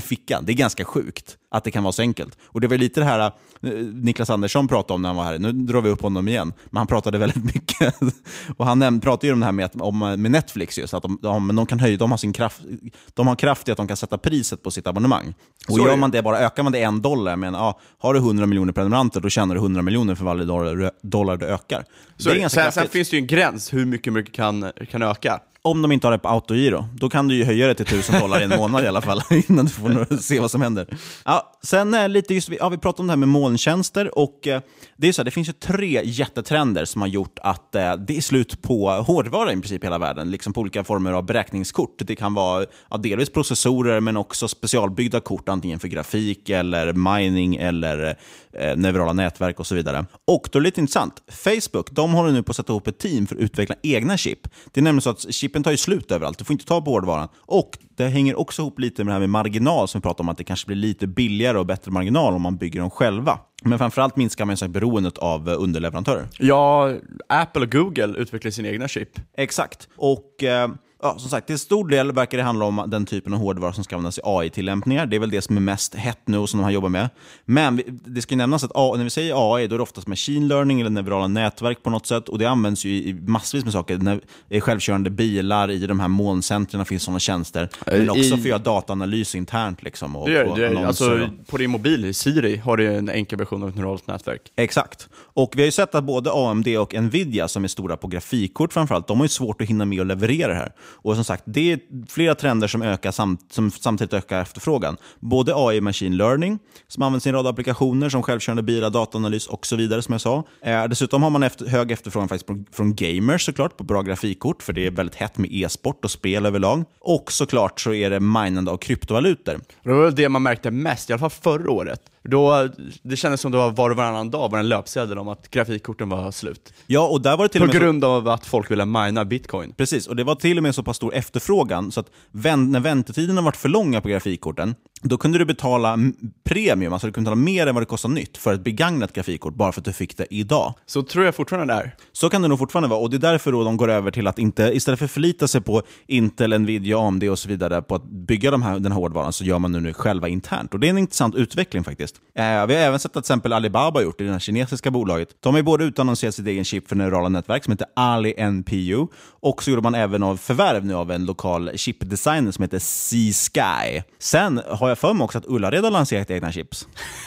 Speaker 10: fickan. Det är ganska sjukt att det kan vara så enkelt. Och det var lite det här Niklas Andersson pratade om när han var här. Nu drar vi upp honom igen. Men han pratade väldigt mycket. Och han nämnde, pratade ju om det här med, om, med Netflix just. Att de, de, de kan höja, de har sin kraft, de har kraft i att de kan sätta priset på sitt abonnemang. Och så gör man det, bara ökar man det en dollar. Men ja, har du hundra miljoner prenumeranter, då tjänar du hundra miljoner för varje dollar, dollar du ökar.
Speaker 11: Så det är sen, sen finns det ju en gräns hur mycket mycket kan, kan öka.
Speaker 10: Om de inte har det på autogiro, då kan du ju höja det till tusen dollar i en månad i alla fall innan du får se vad som händer. Ja, sen är lite just, ja, vi pratade om det här med molntjänster och eh, det är så här, det finns ju tre jättetrender som har gjort att eh, det är slut på hårdvara i princip hela världen, liksom på olika former av beräkningskort. Det kan vara ja, delvis processorer men också specialbyggda kort, antingen för grafik eller mining eller eh, neurala nätverk och så vidare. Och då är det lite intressant, Facebook, de håller nu på att sätta ihop ett team för att utveckla egna chip. Det är nämligen så att chippen tar ju slut överallt, du får inte ta på hårdvaran. Och det hänger också ihop lite med det här med marginal som vi pratar om, att det kanske blir lite billigare och bättre marginal om man bygger dem själva. Men framförallt minskar man så beroendet av underleverantörer.
Speaker 11: Ja, Apple och Google utvecklar sin egna chip.
Speaker 10: Exakt. Och eh, ja, som sagt, till stor del verkar det handla om den typen av hårdvara som ska användas i A I-tillämpningar. Det är väl det som är mest hett nu och som de har jobbat med. Men det ska ju nämnas att när vi säger A I, då är det oftast machine learning eller neurala nätverk på något sätt. Och det används ju i massvis med saker. När det är självkörande bilar, i de här molncentren finns sådana tjänster. Men också I... för att göra dataanalys internt. Liksom, och
Speaker 11: det gör, det gör, alltså, på din mobil, i Siri, har du en enkel version av ett neuralt nätverk.
Speaker 10: Exakt. Och vi har ju sett att både A M D och Nvidia, som är stora på grafikkort framförallt, de har ju svårt att hinna med att leverera det här. Och som sagt, det är flera trender som, ökar samt, som samtidigt ökar efterfrågan. Både A I machine learning, som används i en rad applikationer som självkörande bilar, dataanalys och så vidare, som jag sa. Eh, dessutom har man efter, hög efterfrågan faktiskt på, från gamers såklart på bra grafikkort, för det är väldigt hett med e-sport och spel överlag. Och såklart så är det minande av kryptovalutor.
Speaker 11: Det var det man märkte mest, i alla fall förra året. Då, det kändes som det var var och varannan dag var en löpsedel om att grafikkorten var slut.
Speaker 10: Ja, och där var det till
Speaker 11: På
Speaker 10: och med
Speaker 11: grund
Speaker 10: så...
Speaker 11: av att folk ville mina bitcoin.
Speaker 10: Precis, och det var till och med så pass stor efterfrågan så att vänt, när väntetiden har varit för långa på grafikkorten, då kunde du betala premium, alltså du kunde betala mer än vad det kostar nytt för ett begagnat grafikkort bara för att du fick det idag.
Speaker 11: Så tror jag fortfarande där.
Speaker 10: Så kan det nog fortfarande vara, och det är därför då de går över till att inte, istället för att förlita sig på Intel, Nvidia, A M D och så vidare på att bygga de här, den här hårdvaran, så gör man nu, nu själva internt. Och det är en intressant utveckling faktiskt. Eh, vi har även sett att till exempel Alibaba har gjort det, det här kinesiska bolaget. De har ju både utannonserat sitt egen chip för neurala nätverk som heter Ali N P U, och så gjorde man även av förvärv nu av en lokal chipdesigner som heter C-Sky. Sen har jag för mig också att Ullared har lanserat egna chips.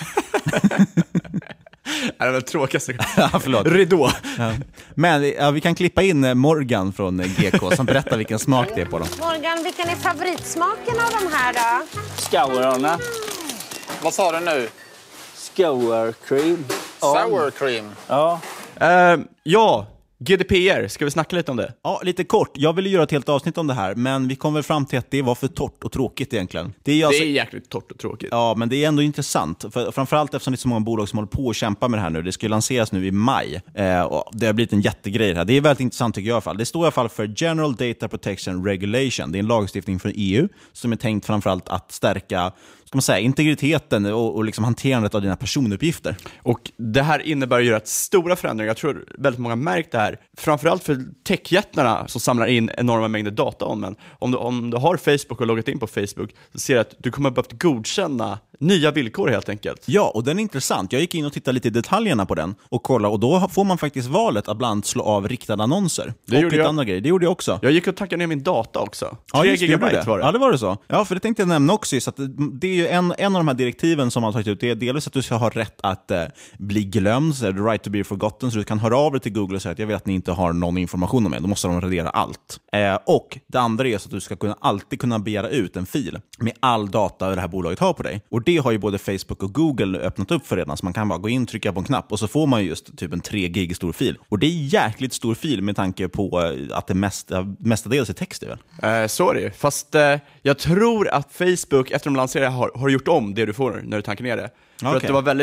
Speaker 11: Det är väl tråkigt.
Speaker 10: Ja, förlåt.
Speaker 11: Ridå.
Speaker 10: Ja. Men ja, vi kan klippa in Morgan från G K som berättar vilken smak det är på dem.
Speaker 16: Morgan, vilken är favoritsmaken av de här då?
Speaker 17: Scourarna. Vad sa du nu? Sour cream. Sour cream?
Speaker 11: Ja. Uh, ja. G D P R, ska vi snacka lite om det?
Speaker 10: Ja, lite kort. Jag ville göra ett helt avsnitt om det här, men vi kom väl fram till att det var för torrt och tråkigt egentligen.
Speaker 11: Det är, alltså... det är jäkligt torrt och tråkigt.
Speaker 10: Ja, men det är ändå intressant. För, framförallt eftersom det är så många bolag som håller på att kämpa med det här nu. Det ska ju lanseras nu i maj. Eh, och det har blivit en jättegrej här. Det är väldigt intressant tycker jag i alla fall. Det står i alla fall för General Data Protection Regulation. Det är en lagstiftning från E U som är tänkt framförallt att stärka, ska man säga, integriteten och, och liksom hanterandet av dina personuppgifter.
Speaker 11: Och det här innebär ju att stora förändringar, jag tror väldigt många märkt det här, framförallt för techjättarna som samlar in enorma mängder data om en. Om du, om du har Facebook och loggat in på Facebook, så ser du att du kommer behövt godkänna nya villkor helt enkelt.
Speaker 10: Ja, och den är intressant. Jag gick in och tittade lite i detaljerna på den och kollade, och då får man faktiskt valet att bland slå av riktade annonser.
Speaker 11: Det
Speaker 10: och
Speaker 11: gjorde
Speaker 10: lite
Speaker 11: jag.
Speaker 10: andra grejer. Det gjorde jag också.
Speaker 11: Jag gick och tackade ner min data också.
Speaker 10: Ja,
Speaker 11: tre gigabyte var det.
Speaker 10: Ja, det var det så. Ja, för det tänkte jag nämna också. Så att det är ju en, en av de här direktiven som man har tagit ut. Det är delvis att du ska ha rätt att eh, bli glömd, så the right to be forgotten, så du kan höra av dig till Google och säga att jag vet att ni inte har någon information om mig. Då måste de radera allt. Eh, och det andra är så att du ska kunna, alltid kunna begära ut en fil med all data det här bolaget har på dig. Och det har ju både Facebook och Google öppnat upp för redan, så man kan bara gå in, trycka på en knapp och så får man just typ en tre gig stor fil. Och det är jäkligt stor fil med tanke på att det mesta, mestadels är text.
Speaker 11: Eh, så är det. Fast eh, jag tror att Facebook efter de lanserade har, har gjort om det du får när du tankar ner det. För
Speaker 10: okay.
Speaker 11: att det var väldigt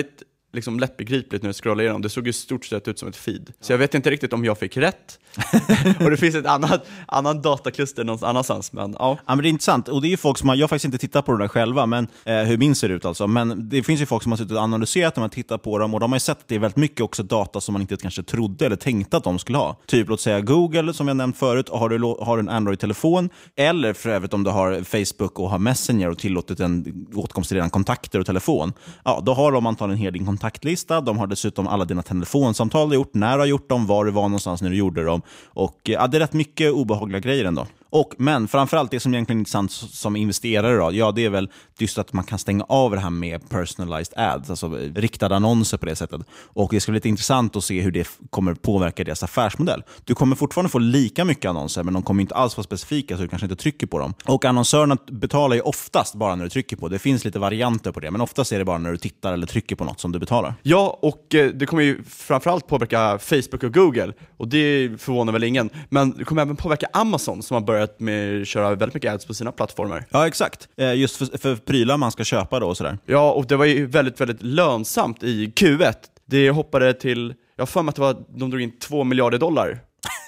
Speaker 11: liksom lättbegripligt när jag scrollade igenom. Det såg ju stort sett ut som ett feed. Så jag vet inte riktigt om jag fick rätt. Och det finns ett annat annan datakluster någon annanstans. Men, ja.
Speaker 10: Ja, men det är intressant. Och det är ju folk som har, jag har faktiskt inte tittat på det där själva, men eh, hur min ser ut alltså. Men det finns ju folk som har suttit och analyserat dem och tittat på dem, och de har ju sett att det är väldigt mycket också data som man inte kanske trodde eller tänkte att de skulle ha. Typ låt säga Google, som jag nämnt förut, har du, har du en Android-telefon, eller för övrigt om du har Facebook och har Messenger och tillåtit en åtkomst till dina kontakter och telefon. Ja, då har de antagligen hela din kontaktlista. De har dessutom alla dina telefonsamtal du gjort, när du har gjort dem, var du var någonstans när du gjorde dem. Och ja, det är rätt mycket obehagliga grejer ändå. Och, men framförallt det som egentligen är intressant som investerare då, ja, det är väl just att man kan stänga av det här med personalized ads, alltså riktade annonser på det sättet. Och det ska bli lite intressant att se hur det kommer påverka deras affärsmodell. Du kommer fortfarande få lika mycket annonser, men de kommer inte alls vara specifika, så du kanske inte trycker på dem. Och annonsörerna betalar ju oftast bara när du trycker på. Det finns lite varianter på det, men oftast är det bara när du tittar eller trycker på något som du betalar.
Speaker 11: Ja, och eh, det kommer ju framförallt påverka Facebook och Google, och det förvånar väl ingen. Men det kommer även påverka Amazon, som har börjat med att köra väldigt mycket ads på sina plattformar.
Speaker 10: Ja, exakt. Eh, just för, för prylar man ska köpa då och sådär.
Speaker 11: Ja, och det var ju väldigt, väldigt lönsamt i Q ett. Det hoppade till, jag har för mig att det var, de drog in två miljarder dollar.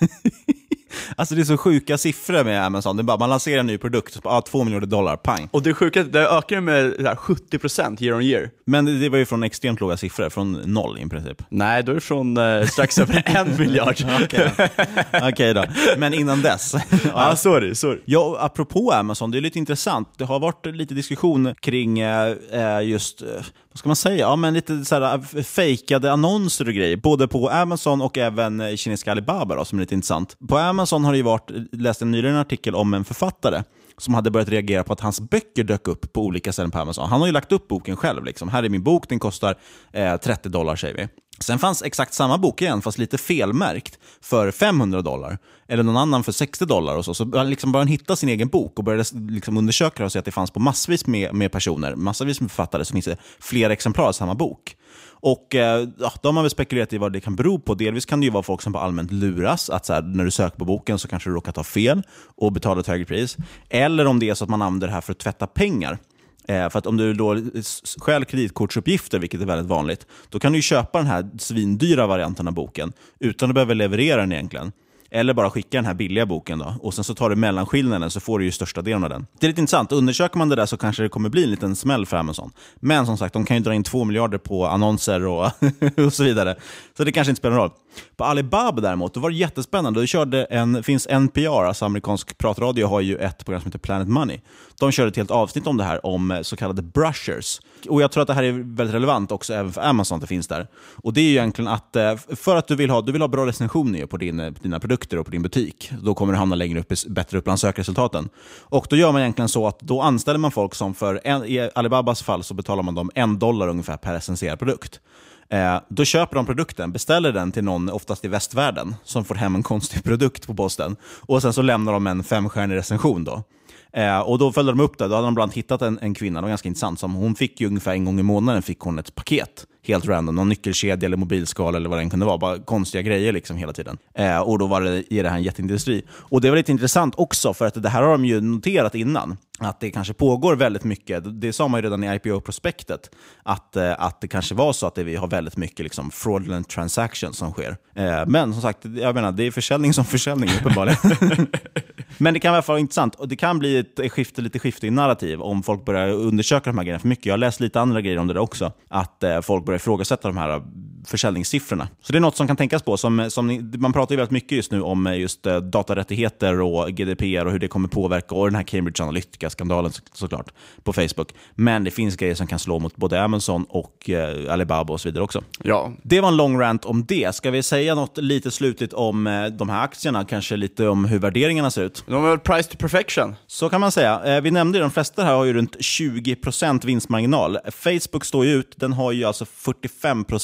Speaker 10: Alltså det är så sjuka siffror med Amazon. Det är bara, man lanserar en ny produkt och ah, två miljarder dollar, pang.
Speaker 11: Och det sjuka, det ökar med sjuttio procent year on year.
Speaker 10: Men det, det var ju från extremt låga siffror, från noll i princip.
Speaker 11: Nej, då är det från eh, strax över en miljard.
Speaker 10: Okej okay. okay då. Men innan dess.
Speaker 11: Ja, sorry, sorry.
Speaker 10: Ja, apropå Amazon, det är lite intressant. Det har varit lite diskussion kring eh, just, eh, vad ska man säga? Ja, men lite så här fejkade annonser och grejer. Både på Amazon och även kinesiska Alibaba då, som är lite intressant. På Amazon har det ju varit, läst en nyligen artikel om en författare som hade börjat reagera på att hans böcker dök upp på olika ställen på Amazon. Han har ju lagt upp boken själv. Liksom. Här är min bok, den kostar eh, trettio dollar säger vi. Sen fanns exakt samma bok igen, fast lite felmärkt, för femhundra dollar. Eller någon annan för sextio dollar och så. Så liksom bara han hittade sin egen bok och började liksom undersöka och se att det fanns på massvis med, med personer, massvis med författare, så finns det flera exemplar av samma bok. Och eh, ja, då har man väl spekulerat i vad det kan bero på. Delvis kan det ju vara folk som på allmänt luras, att så här, när du söker på boken så kanske du råkar ta fel och betala ett högre pris. Eller om det är så att man använder det här för att tvätta pengar. Eh, för att om du då stjäl kreditkortsuppgifter, vilket är väldigt vanligt, då kan du ju köpa den här svindyra varianten av boken utan att behöva leverera den egentligen. Eller bara skicka den här billiga boken då. Och sen så tar du mellanskillnaden, så får du ju största delen av den. Det är lite intressant. Undersöker man det där så kanske det kommer bli en liten smäll för Amazon. Men som sagt, de kan ju dra in två miljarder på annonser och, och så vidare. Så det kanske inte spelar någon roll. På Alibaba däremot, då var det jättespännande. Det körde en, finns N P R, alltså amerikansk pratradio, har ju ett program som heter Planet Money. De körde ett helt avsnitt om det här, om så kallade brushers. Och jag tror att det här är väldigt relevant också även för Amazon att det finns där. Och det är ju egentligen att för att du vill ha, du vill ha bra recensioner på, din, på dina produkter och på din butik, då kommer du hamna längre upp, bättre upp bland sökresultaten. Och då gör man egentligen så att då anställer man folk som för, en, i Alibabas fall så betalar man dem en dollar ungefär per recenserad produkt. Eh, då köper de produkten, beställer den till någon, oftast i västvärlden, som får hem en konstig produkt på posten. Och sen så lämnar de en femstjärnig recension då. Eh, och då följde de upp det. Då hade de bland hittat en, en kvinna, det var ganska intressant, som hon fick ju ungefär en gång i månaden fick hon ett paket. Helt random, någon nyckelkedja eller mobilskal eller vad det kunde vara. Bara konstiga grejer liksom hela tiden. Eh, och då var det i det här en jätteindustri. Och det var lite intressant också, för att det här har de ju noterat innan. Att det kanske pågår väldigt mycket. Det sa man ju redan i I P O-prospektet. Att, eh, att det kanske var så att det, vi har väldigt mycket liksom fraudulent transactions som sker. Eh, men som sagt, jag menar, det är försäljning som försäljning uppenbarligen. Men det kan i alla fall vara intressant. Och det kan bli ett skifte, lite skifte i narrativ om folk börjar undersöka de här grejerna för mycket. Jag har läst lite andra grejer om det där också. Att eh, folk börjar ifrågasätta de här försäljningssiffrorna. Så det är något som kan tänkas på. Som, som ni, man pratar ju väldigt mycket just nu om just eh, datarättigheter och G D P R och hur det kommer påverka, och den här Cambridge Analytica-skandalen så, såklart på Facebook. Men det finns grejer som kan slå mot både Amazon och eh, Alibaba och så vidare också.
Speaker 11: Ja.
Speaker 10: Det var en lång rant om det. Ska vi säga något lite slutligt om eh, de här aktierna? Kanske lite om hur värderingarna ser ut?
Speaker 11: De är väl price to perfection.
Speaker 10: Så kan man säga. Eh, vi nämnde de flesta här har ju runt tjugo procent vinstmarginal. Facebook står ju ut. Den har ju alltså fyrtiofem procent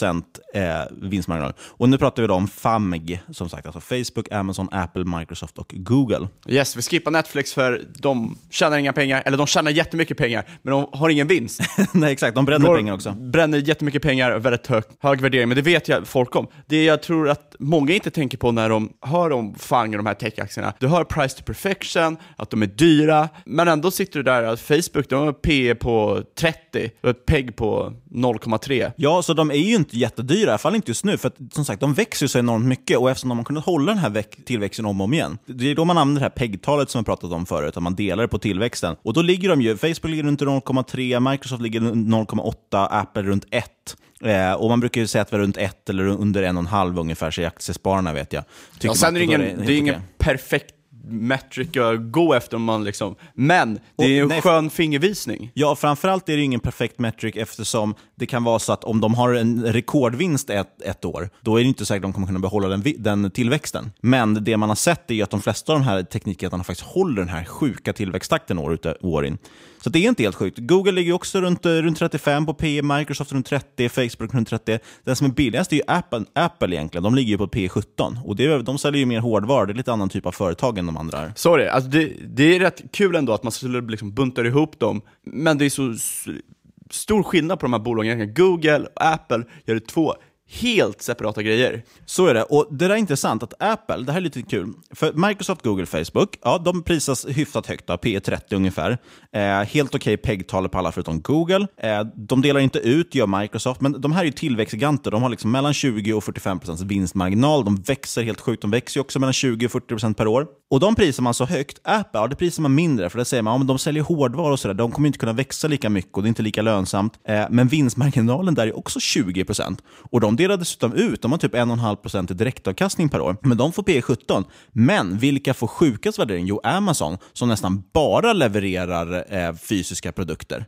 Speaker 10: eh, vinstmarginal. Och nu pratar vi då om F A M G, som sagt, alltså Facebook, Amazon, Apple, Microsoft och Google.
Speaker 11: Yes, vi skippar Netflix för de tjänar inga pengar, eller de tjänar jättemycket pengar, men de har ingen vinst.
Speaker 10: Nej, exakt, de bränner
Speaker 11: Går,
Speaker 10: pengar också.
Speaker 11: Bränner jättemycket pengar och väldigt hög, hög värdering, men det vet jag folk om. Det jag tror att många inte tänker på när de hör om F A N G och de här tech-aktierna. Du hör price to perfection, att de är dyra, men ändå sitter du där att Facebook, de har P E på trettio och ett P E G på noll komma tre.
Speaker 10: Ja, så de är ju inte jättedyra, i alla fall inte just nu, för att som sagt, de växer ju så enormt mycket, och eftersom de har kunnat hålla den här väx- tillväxten om och om igen, det är då man använder det här P E G-talet som vi pratat om förut, att man delar det på tillväxten. Och då ligger de ju, Facebook ligger runt noll komma tre, Microsoft ligger runt noll komma åtta, Apple runt ett. Eh, och man brukar ju säga att vi är runt ett eller under en och en halv ungefär, så i aktiespararna vet jag.
Speaker 11: Ja, sen är det ingen, det är ingen perfekt metric att gå efter om man liksom, men det är en nej, skön fingervisning.
Speaker 10: Ja, framförallt är det ingen perfekt metric, eftersom det kan vara så att om de har en rekordvinst ett, ett år, då är det inte säkert att de kommer kunna behålla den, den tillväxten. Men det man har sett är att de flesta av de här teknikjättarna faktiskt håller den här sjuka tillväxttakten år ut och år in. Så det är inte helt sjukt. Google ligger också runt, runt trettiofem på P E, Microsoft runt trettio, Facebook runt trettio. Den som är billigast är ju Apple, Apple egentligen. De ligger ju på P E sjutton. Och det är, de säljer ju mer hårdvaror. Det är lite annan typ av företag än de andra här.
Speaker 11: Så är det. Alltså det, det är rätt kul ändå att man skulle liksom bunta ihop dem. Men det är så stor skillnad på de här bolagen. Google och Apple gör det två helt separata grejer.
Speaker 10: Så är det. Och det där är intressant att Apple, det här är lite kul. För Microsoft, Google, Facebook, ja, de prisas hyfsat högt då, P E trettio ungefär. Eh, helt okej okay, P E G-talet på alla förutom Google. Eh, de delar inte ut, gör Microsoft, men de här är ju tillväxtgiganter. De har liksom mellan tjugo och fyrtiofem procent vinstmarginal. De växer helt sjukt. De växer ju också mellan tjugo och fyrtio procent per år. Och de prisar man så högt. Apple, ja, det prisar man mindre, för det säger man, ja, men de säljer hårdvaror och sådär. De kommer inte kunna växa lika mycket och det är inte lika lönsamt. Eh, men vinstmarginalen där är också tjugo procent. Och de delar dessutom ut, de har typ en komma fem procent i direktavkastning per år. Men de får P E sjutton. Men vilka får sjukast värdering? Jo, Amazon, som nästan bara levererar eh, fysiska produkter.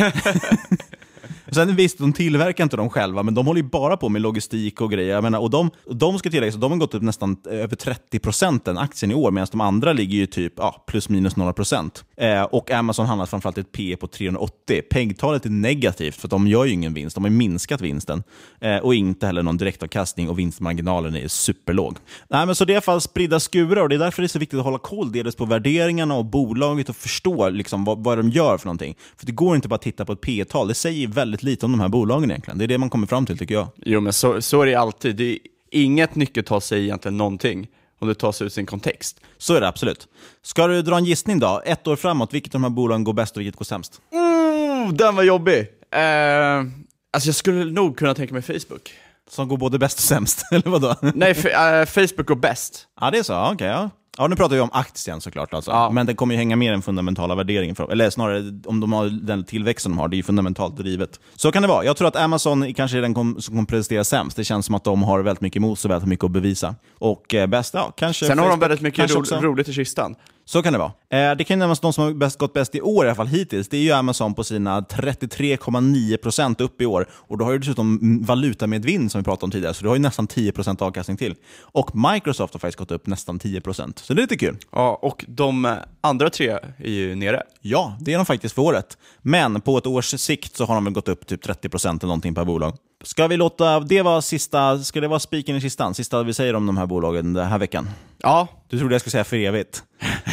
Speaker 10: Sen visst, de tillverkar inte de själva, men de håller ju bara på med logistik och grejer. Jag menar, och de, de ska tillägga, så de har gått upp nästan över trettio procent den aktien i år, medan de andra ligger ju typ ja, plus minus några procent. Eh, och Amazon handlar framförallt ett P E på trehundraåttio. P E G-talet är negativt, för de gör ju ingen vinst. De har minskat vinsten. Eh, och inte heller någon direktavkastning, och vinstmarginalen är superlåg. Nej, men så det är i alla fall spridda skurar, och det är därför det är så viktigt att hålla koll dels på värderingarna och bolaget och förstå liksom, vad, vad de gör för någonting. För det går inte bara att titta på ett P E-tal. Det säger väldigt lite om de här bolagen egentligen. Det är det man kommer fram till, tycker jag.
Speaker 11: Jo, men så, så är det alltid. Det är inget nyckeltal säger egentligen någonting om det tar sig ut sin kontext.
Speaker 10: Så är det absolut. Ska du dra en gissning då? Ett år framåt, vilket av de här bolagen går bäst och vilket går sämst?
Speaker 11: Mm, den var jobbig. Uh, alltså jag skulle nog kunna tänka mig Facebook.
Speaker 10: Som går både bäst och sämst, eller vadå?
Speaker 11: Nej, f- uh, Facebook går bäst.
Speaker 10: Ja, det är så. Okej, okay, ja. Ja, nu pratar vi om aktien såklart alltså. Ja. Men den kommer ju hänga med den fundamentala värderingen. För, eller snarare, om de har den tillväxten de har, det är ju fundamentalt drivet. Så kan det vara. Jag tror att Amazon kanske är den kom, som kommer prestera sämst. Det känns som att de har väldigt mycket emot sig, väldigt mycket att bevisa. Och eh, bäst, ja, kanske...
Speaker 11: Sen
Speaker 10: Facebook,
Speaker 11: har de väldigt mycket ro- roligt i kistan.
Speaker 10: Så kan det vara. Eh, det kan ju nämnas de som har bäst, gått bäst i år i alla fall hittills. Det är ju Amazon på sina trettiotre komma nio procent upp i år. Och då har ju dessutom valutamedvind som vi pratade om tidigare. Så du har ju nästan tio procent avkastning till. Och Microsoft har faktiskt gått upp nästan tio procent. Så det är lite kul.
Speaker 11: Ja, och de andra tre är ju nere.
Speaker 10: Ja, det är de faktiskt för året. Men på ett års sikt så har de väl gått upp typ trettio procent eller någonting per bolag. Ska vi låta det vara sista, ska det vara spiken i kistan? Sista vi säger om de här bolagen den här veckan.
Speaker 11: Ja.
Speaker 10: Du trodde jag skulle säga för evigt.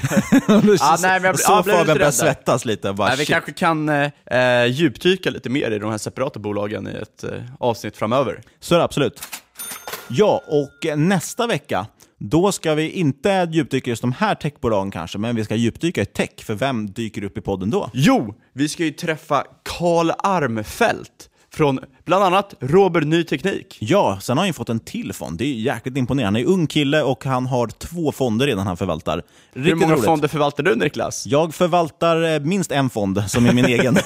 Speaker 11: ah, nej, men jag,
Speaker 10: så
Speaker 11: ja,
Speaker 10: får jag börja svettas lite. Bara,
Speaker 11: nej, vi kanske kan eh, djupdyka lite mer i de här separata bolagen i ett eh, avsnitt framöver.
Speaker 10: Så är det absolut. Ja, och nästa vecka då ska vi inte djupdyka just de här techbolagen kanske, men vi ska djupdyka i tech. För vem dyker upp i podden då?
Speaker 11: Jo, vi ska ju träffa Carl Armfelt från bland annat Robert Ny Teknik.
Speaker 10: Ja, sen har han ju fått en till fond. Det är jäkligt imponerande. Han är ung kille och han har två fonder redan han förvaltar. Riktigt
Speaker 11: Hur många
Speaker 10: roligt.
Speaker 11: fonder förvaltar du, Niklas?
Speaker 10: Jag förvaltar minst en fond som är min egen.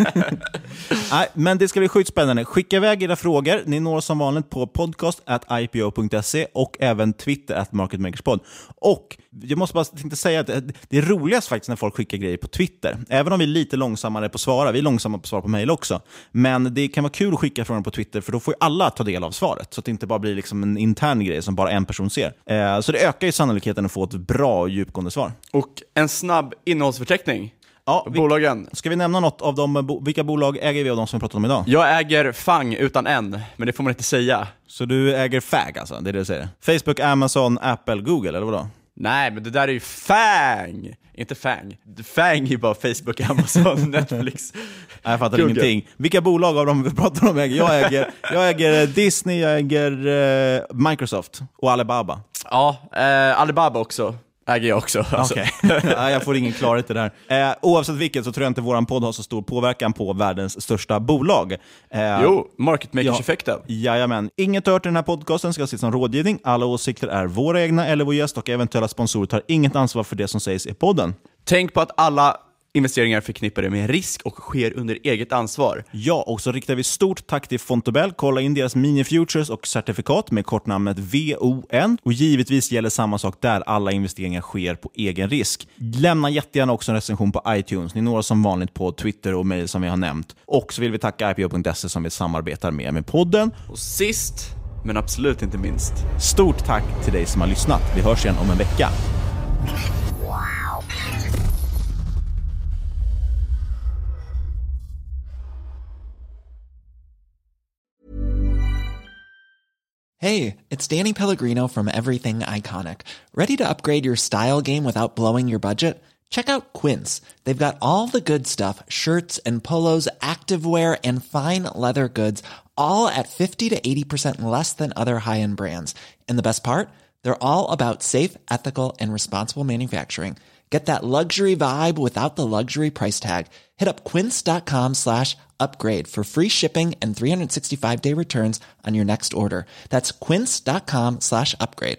Speaker 10: Nej, men det ska bli sjukt spännande. Skicka iväg era frågor. Ni når som vanligt på podcast at i p o punkt se och även Twitter at marketmakerspod. Och jag måste bara tänkte säga att det är roligast faktiskt när folk skickar grejer på Twitter. Även om vi är lite långsammare på att svara. Vi är långsamma på att svara på mejl också. Men det kan vara kul att skicka frågor på Twitter, för då får ju alla ta del av svaret. Så att det inte bara blir liksom en intern grej som bara en person ser. Eh, så det ökar ju sannolikheten att få ett bra och djupgående svar.
Speaker 11: Och en snabb innehållsförteckning.
Speaker 10: Ja, vi,
Speaker 11: bolagen.
Speaker 10: Ska vi nämna något av dem? Vilka bolag äger vi av de som vi pratat om idag?
Speaker 11: Jag äger Fang utan N, men det får man inte säga.
Speaker 10: Så du äger F A G alltså, det är det du säger? Facebook, Amazon, Apple, Google, eller vadå?
Speaker 11: Nej, men det där är ju Fang, inte Fang. Fang är ju bara Facebook, Amazon, Netflix.
Speaker 10: Nej, jag fattar Google. Ingenting. Vilka bolag av dem vi pratar om äger? Jag äger, jag äger Disney, jag äger eh, Microsoft och Alibaba.
Speaker 11: Ja, eh, Alibaba också. Äger jag också. Alltså.
Speaker 10: Okej, okay. Jag får ingen klarhet i det där. Eh, oavsett vilket så tror jag inte våran podd har så stor påverkan på världens största bolag.
Speaker 11: Eh, jo, market makers-effekten.
Speaker 10: Ja, jajamän. Inget hört i den här podcasten ska ses som rådgivning. Alla åsikter är våra egna eller vår gäst och eventuella sponsorer tar inget ansvar för det som sägs i podden.
Speaker 11: Tänk på att alla investeringar förknippade med risk och sker under eget ansvar.
Speaker 10: Ja, och så riktar vi stort tack till Fontobel. Kolla in deras mini-futures och certifikat med kortnamnet V O N. Och givetvis gäller samma sak där, alla investeringar sker på egen risk. Lämna jättegärna också en recension på iTunes. Ni är några som vanligt på Twitter och mejl som vi har nämnt. Och så vill vi tacka I P O punkt se som vi samarbetar med med podden.
Speaker 11: Och sist, men absolut inte minst,
Speaker 10: stort tack till dig som har lyssnat. Vi hörs igen om en vecka.
Speaker 1: Hey, it's Danny Pellegrino from Everything Iconic. Ready to upgrade your style game without blowing your budget? Check out Quince. They've got all the good stuff, shirts and polos, activewear, and fine leather goods, all at fifty to eighty percent less than other high-end brands. And the best part? They're all about safe, ethical, and responsible manufacturing. Get that luxury vibe without the luxury price tag. Hit up quince.com slash upgrade for free shipping and three sixty-five day returns on your next order. That's quince.com slash upgrade.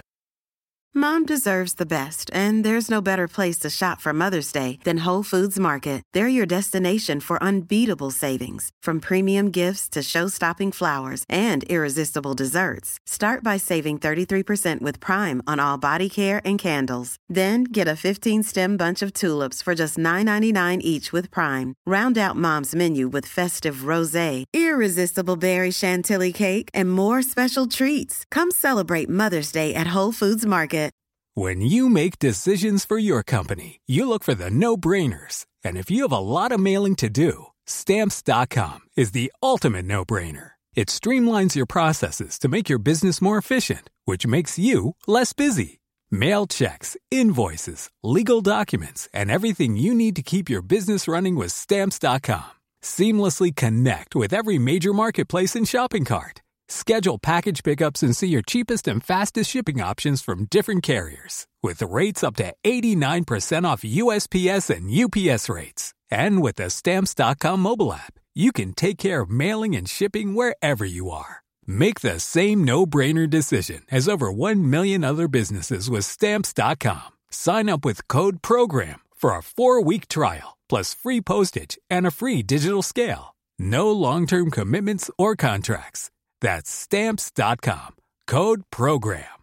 Speaker 14: Mom deserves the best, and there's no better place to shop for Mother's Day than Whole Foods Market. They're your destination for unbeatable savings, from premium gifts to show-stopping flowers and irresistible desserts. Start by saving thirty-three percent with Prime on all body care and candles. Then get a fifteen-stem bunch of tulips for just nine ninety-nine each with Prime. Round out Mom's menu with festive rosé, irresistible berry chantilly cake, and more special treats. Come celebrate Mother's Day at Whole Foods Market.
Speaker 18: When you make decisions for your company, you look for the no-brainers. And if you have a lot of mailing to do, Stamps dot com is the ultimate no-brainer. It streamlines your processes to make your business more efficient, which makes you less busy. Mail checks, invoices, legal documents, and everything you need to keep your business running with Stamps dot com. Seamlessly connect with every major marketplace and shopping cart. Schedule package pickups and see your cheapest and fastest shipping options from different carriers. With rates up to eighty-nine percent off U S P S and U P S rates. And with the Stamps dot com mobile app, you can take care of mailing and shipping wherever you are. Make the same no-brainer decision as over one million other businesses with Stamps dot com. Sign up with code PROGRAM for a four-week trial, plus free postage and a free digital scale. No long-term commitments or contracts. That's Stamps dot com. Code PROGRAM.